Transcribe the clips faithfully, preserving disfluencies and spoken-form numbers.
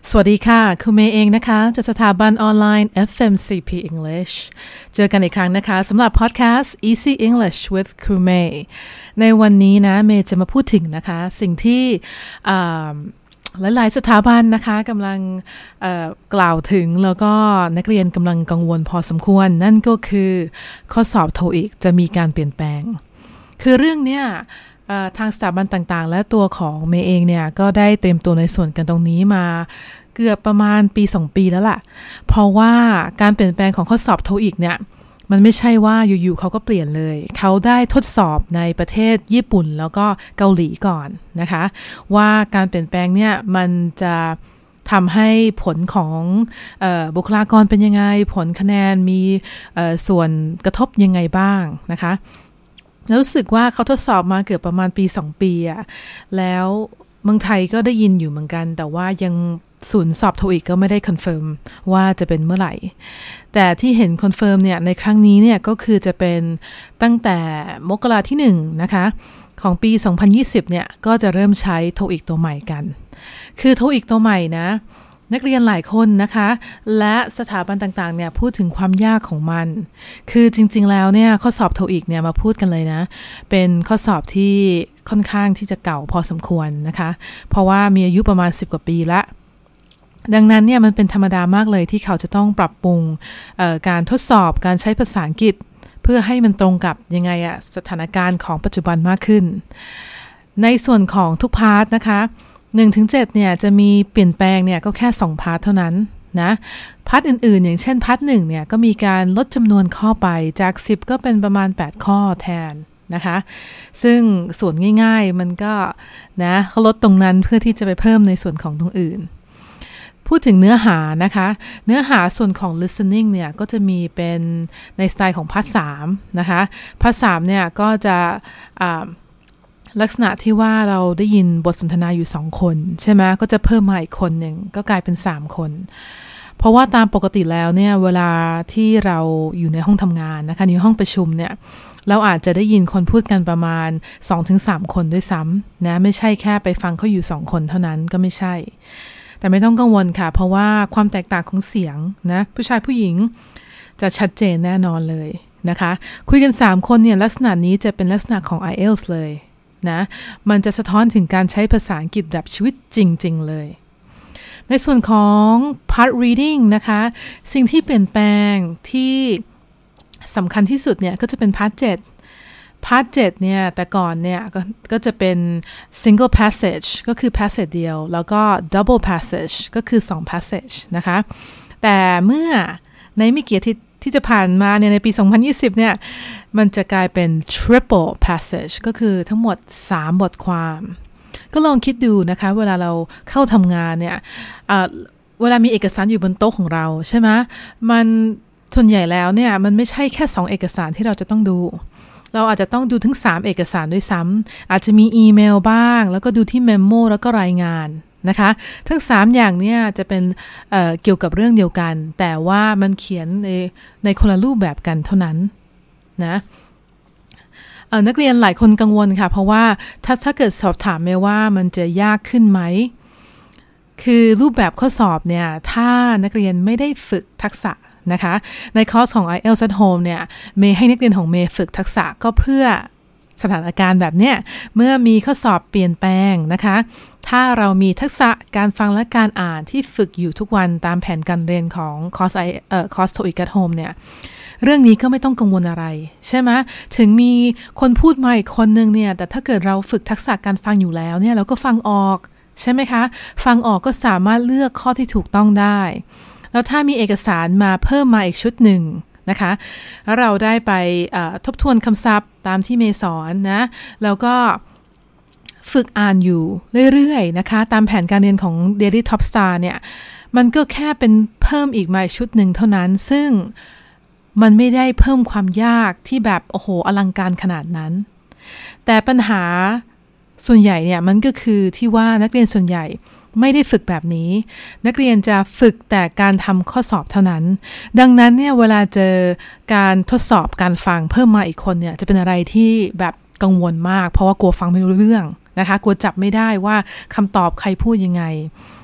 สวัสดีค่ะคุณเมย์เองนะคะจากสถาบันออนไลน์ เอฟ เอ็ม ซี พี English เจอกันอีกครั้งนะคะสำหรับพอดแคสต์ Easy English with ครูเมย์ในวันนี้นะเมย์จะมาพูดถึงนะคะสิ่งที่หลายๆสถาบันนะคะกำลังกล่าวถึงแล้วก็นักเรียนกำลังกังวลพอสมควรนั่นก็คือข้อสอบ โทอีก จะมีการเปลี่ยนแปลงคือเรื่องเนี้ยทางสถาบันต่างๆและตัวของเมย์เองเนี่ยก็ได้เตรียมตัวในส่วนกันตรงนี้มาเกือบประมาณปีสองปีแล้วล่ะเพราะว่าการเปลี่ยนแปลงของข้อสอบ โทอีกเนี่ยมันไม่ใช่ว่าอยู่ๆเขาก็เปลี่ยนเลยเขาได้ทดสอบในประเทศญี่ปุ่นแล้วก็เกาหลีก่อนนะคะว่าการเปลี่ยนแปลงเนี่ยมันจะทำให้ผลของเอ่อบุคลากรเป็นยังไงผลคะแนนมีเอ่อส่วนกระทบยังไงบ้างนะคะรู้สึกว่าเขาทดสอบมาเกือบประมาณปีสองปีอะแล้วเมืองไทยก็ได้ยินอยู่เหมือนกันแต่ว่ายังศูนย์สอบ โทอีกก็ไม่ได้คอนเฟิร์มว่าจะเป็นเมื่อไหร่แต่ที่เห็นคอนเฟิร์มเนี่ยในครั้งนี้เนี่ยก็คือจะเป็นตั้งแต่มกราที่หนึ่งนะคะของปีสองพันยี่สิบเนี่ยก็จะเริ่มใช้ โทอีกตัวใหม่กันคือ โทอีกตัวใหม่นะนักเรียนหลายคนนะคะและสถาบันต่างๆเนี่ยพูดถึงความยากของมันคือจริงๆแล้วเนี่ยข้อสอบ โทอีกเนี่ยมาพูดกันเลยนะเป็นข้อสอบที่ค่อนข้างที่จะเก่าพอสมควรนะคะเพราะว่ามีอายุประมาณสิบกว่าปีละดังนั้นเนี่ยมันเป็นธรรมดามากเลยที่เขาจะต้องปรับปรุงการทดสอบการใช้ภาษาอังกฤษเพื่อให้มันตรงกับยังไงอะสถานการณ์ของปัจจุบันมากขึ้นในส่วนของทุกพาร์ทนะคะหนึ่งถึงเจ็ดเนี่ยจะมีเปลี่ยนแปลงเนี่ยก็แค่สองพาร์ทเท่านั้นนะพาร์ทอื่นๆอย่างเช่นพาร์ทหนึ่งเนี่ยก็มีการลดจำนวนข้อไปจากสิบก็เป็นประมาณแปดข้อแทนนะคะซึ่งส่วนง่ายๆมันก็นะลดตรงนั้นเพื่อที่จะไปเพิ่มในส่วนของตรงอื่นพูดถึงเนื้อหานะคะเนื้อหาส่วนของ listening เนี่ยก็จะมีเป็นในสไตล์ของพาร์ทสามนะคะพาร์ทสามเนี่ยก็จะลักษณะที่ว่าเราได้ยินบทสนทนาอยู่สองคนใช่ไหมก็จะเพิ่มมาอีกคนหนึ่งก็กลายเป็นสามคนเพราะว่าตามปกติแล้วเนี่ยเวลาที่เราอยู่ในห้องทำงานนะคะในห้องประชุมเนี่ยเราอาจจะได้ยินคนพูดกันประมาณ สองถึงสาม คนด้วยซ้ำนะไม่ใช่แค่ไปฟังเขาอยู่สองคนเท่านั้นก็ไม่ใช่แต่ไม่ต้องกังวลค่ะเพราะว่าความแตกต่างของเสียงนะผู้ชายผู้หญิงจะชัดเจนแน่นอนเลยนะคะคุยกันสามคนเนี่ยลักษณะนี้จะเป็นลักษณะของ ไอ เอล ที เอส เลยนะมันจะสะท้อนถึงการใช้ภาษาอังกฤษแบบชีวิตจริงๆเลยในส่วนของ part reading นะคะสิ่งที่เปลี่ยนแปลงที่สำคัญที่สุดเนี่ยก็จะเป็น part เจ็ด part เจ็ดเนี่ยแต่ก่อนเนี่ยก็ก็จะเป็น single passage ก็คือ passage เดียวแล้วก็ double passage ก็คือสอง passage นะคะแต่เมื่อในไม่กี่อาทิตย์ที่จะผ่านมาเนี่ยในปีสองพันยี่สิบเนี่ยมันจะกลายเป็น triple passage ก็คือทั้งหมดสามบทความก็ลองคิดดูนะคะเวลาเราเข้าทำงานเนี่ยเวลามีเอกสารอยู่บนโต๊ะของเราใช่ไหมมันส่วนใหญ่แล้วเนี่ยมันไม่ใช่แค่สองเอกสารที่เราจะต้องดูเราอาจจะต้องดูถึงสามเอกสารด้วยซ้ำอาจจะมีอีเมลบ้างแล้วก็ดูที่เมมโมแล้วก็รายงานนะคะทั้งสามอย่างเนี่ยจะเป็น เอ่อ เกี่ยวกับเรื่องเดียวกันแต่ว่ามันเขียนในในคนละรูปแบบกันเท่านั้นนะนักเรียนหลายคนกังวลค่ะเพราะว่าถ้าถ้าเกิดสอบถามแม่ว่ามันจะยากขึ้นไหมคือรูปแบบข้อสอบเนี่ยถ้านักเรียนไม่ได้ฝึกทักษะนะคะในคอร์สของ ไอ เอล ที เอส at Home เนี่ยเมย์ให้นักเรียนของเมย์ฝึกทักษะก็เพื่อสถานการณ์แบบเนี้ยเมื่อมีข้อสอบเปลี่ยนแปลงนะคะถ้าเรามีทักษะการฟังและการอ่านที่ฝึกอยู่ทุกวันตามแผนการเรียนของคอร์สไอเอ่อคอร์ส โทอีก at Home เนี่ยเรื่องนี้ก็ไม่ต้องกังวลอะไรใช่ไหมถึงมีคนพูดมาอีกคนนึงเนี่ยแต่ถ้าเกิดเราฝึกทักษะการฟังอยู่แล้วเนี่ยเราก็ฟังออกใช่ไหมคะฟังออกก็สามารถเลือกข้อที่ถูกต้องได้แล้วถ้ามีเอกสารมาเพิ่มมาอีกชุดหนึ่งนะคะแล้วเราได้ไปทบทวนคำศัพท์ตามที่เมย์สอนนะแล้วก็ฝึกอ่านอยู่เรื่อยๆนะคะตามแผนการเรียนของ Daily Top Star เนี่ยมันก็แค่เป็นเพิ่มอีกมาชุดหนึ่งเท่านั้นซึ่งมันไม่ได้เพิ่มความยากที่แบบโอ้โหอลังการขนาดนั้นแต่ปัญหาส่วนใหญ่เนี่ยมันก็คือที่ว่านักเรียนส่วนใหญ่ไม่ได้ฝึกแบบนี้นักเรียนจะฝึกแต่การทำข้อสอบเท่านั้นดังนั้นเนี่ยเวลาเจอการทดสอบการฟังเพิ่มมาอีกคนเนี่ยจะเป็นอะไรที่แบบกังวลมากเพราะว่ากลัวฟังไม่รู้เรื่องนะคะกลัวจับไม่ได้ว่าคำตอบใครพูดยังไง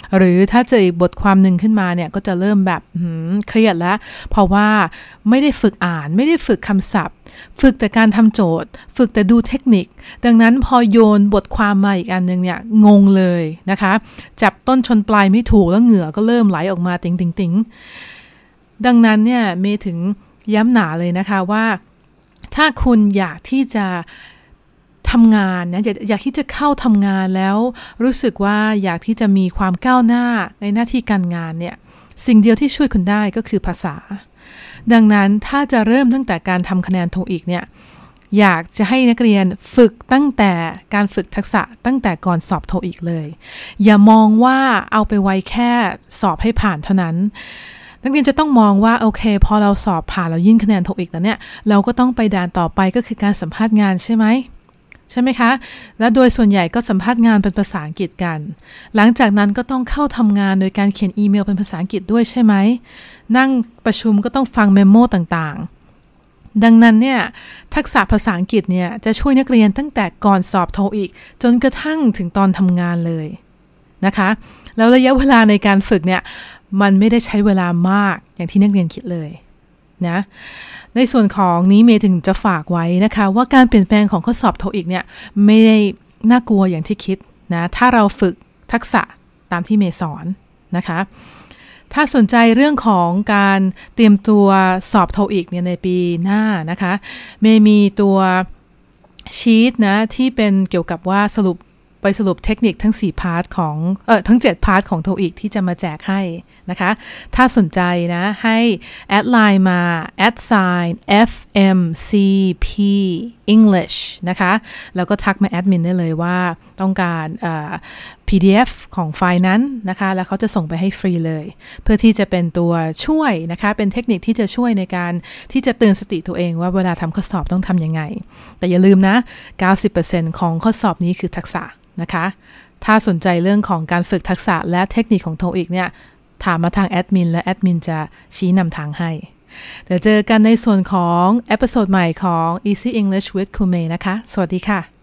หรือถ้าเจออีกบทความหนึ่งขึ้นมาเนี่ยก็จะเริ่มแบบเครียดแล้วเพราะว่าไม่ได้ฝึกอ่านไม่ได้ฝึกคำศัพท์ฝึกแต่การทำโจทย์ฝึกแต่ดูเทคนิคดังนั้นพอโยนบทความมาอีกอันนึงเนี่ยงงเลยนะคะจับต้นชนปลายไม่ถูกแล้วเหงื่อก็เริ่มไหลออกมาติ๋งติ๋งติ๋งดังนั้นเนี่ยเมย์ถึงย้ำหนาเลยนะคะว่าถ้าคุณอยากที่จะทำงานนะอยากอยากที่จะเข้าทำงานแล้วรู้สึกว่าอยากที่จะมีความก้าวหน้าในหน้าที่การงานเนี่ยสิ่งเดียวที่ช่วยคุณได้ก็คือภาษาดังนั้นถ้าจะเริ่มตั้งแต่การทำคะแนนโทอีกเนี่ยอยากจะให้นักเรียนฝึกตั้งแต่การฝึกทักษะตั้งแต่ก่อนสอบโทอีกเลยอย่ามองว่าเอาไปไว้แค่สอบให้ผ่านเท่านั้นนักเรียนจะต้องมองว่าโอเคพอเราสอบผ่านเรายื่นคะแนนโทอีกแล้วเนี่ยเราก็ต้องไปด่านต่อไปก็คือการสัมภาษณ์งานใช่ไหมใช่ไหมคะและโดยส่วนใหญ่ก็สัมภาษณ์งานเป็นภาษาอังกฤษกันหลังจากนั้นก็ต้องเข้าทำงานโดยการเขียนอีเมลเป็นภาษาอังกฤษด้วยใช่ไหมนั่งประชุมก็ต้องฟังเมมโมต่างๆดังนั้นเนี่ยทักษะภาษาอังกฤษเนี่ยจะช่วยนักเรียนตั้งแต่ก่อนสอบโทอีกจนกระทั่งถึงตอนทำงานเลยนะคะแล้วระยะเวลาในการฝึกเนี่ยมันไม่ได้ใช้เวลามากอย่างที่นักเรียนคิดเลยนะในส่วนของนี้เมย์ถึงจะฝากไว้นะคะว่าการเปลี่ยนแปลงของข้อสอบโทอีกเนี่ยไม่ได้น่ากลัวอย่างที่คิดนะถ้าเราฝึกทักษะตามที่เมย์สอนนะคะถ้าสนใจเรื่องของการเตรียมตัวสอบโทอีกเนี่ยในปีหน้านะคะเมย์มีตัวชีทนะที่เป็นเกี่ยวกับว่าสรุปไปสรุปเทคนิคทั้งสี่พาร์ทของเอ่อทั้งเจ็ดพาร์ทของโทอีกที่จะมาแจกให้นะคะถ้าสนใจนะให้แอดไลน์มา แอท ไซน์ เอฟ เอ็ม ซี พี English นะคะแล้วก็ทักมาแอดมินได้เลยว่าต้องการเอ่อ พี ดี เอฟ ของไฟล์นั้นนะคะแล้วเขาจะส่งไปให้ฟรีเลยเพื่อที่จะเป็นตัวช่วยนะคะเป็นเทคนิคที่จะช่วยในการที่จะเตือนสติตัวเองว่าเวลาทำข้อสอบต้องทำยังไงแต่อย่าลืมนะ เก้าสิบเปอร์เซ็นต์ ของข้อสอบนี้คือทักษะนะคะถ้าสนใจเรื่องของการฝึกทักษะและเทคนิคของโทอีกเนี่ยถามมาทางแอดมินและแอดมินจะชี้นำทางให้เดี๋ยวเจอกันในส่วนของเอพิโซดใหม่ของ Easy English with ครูเมย์นะคะสวัสดีค่ะ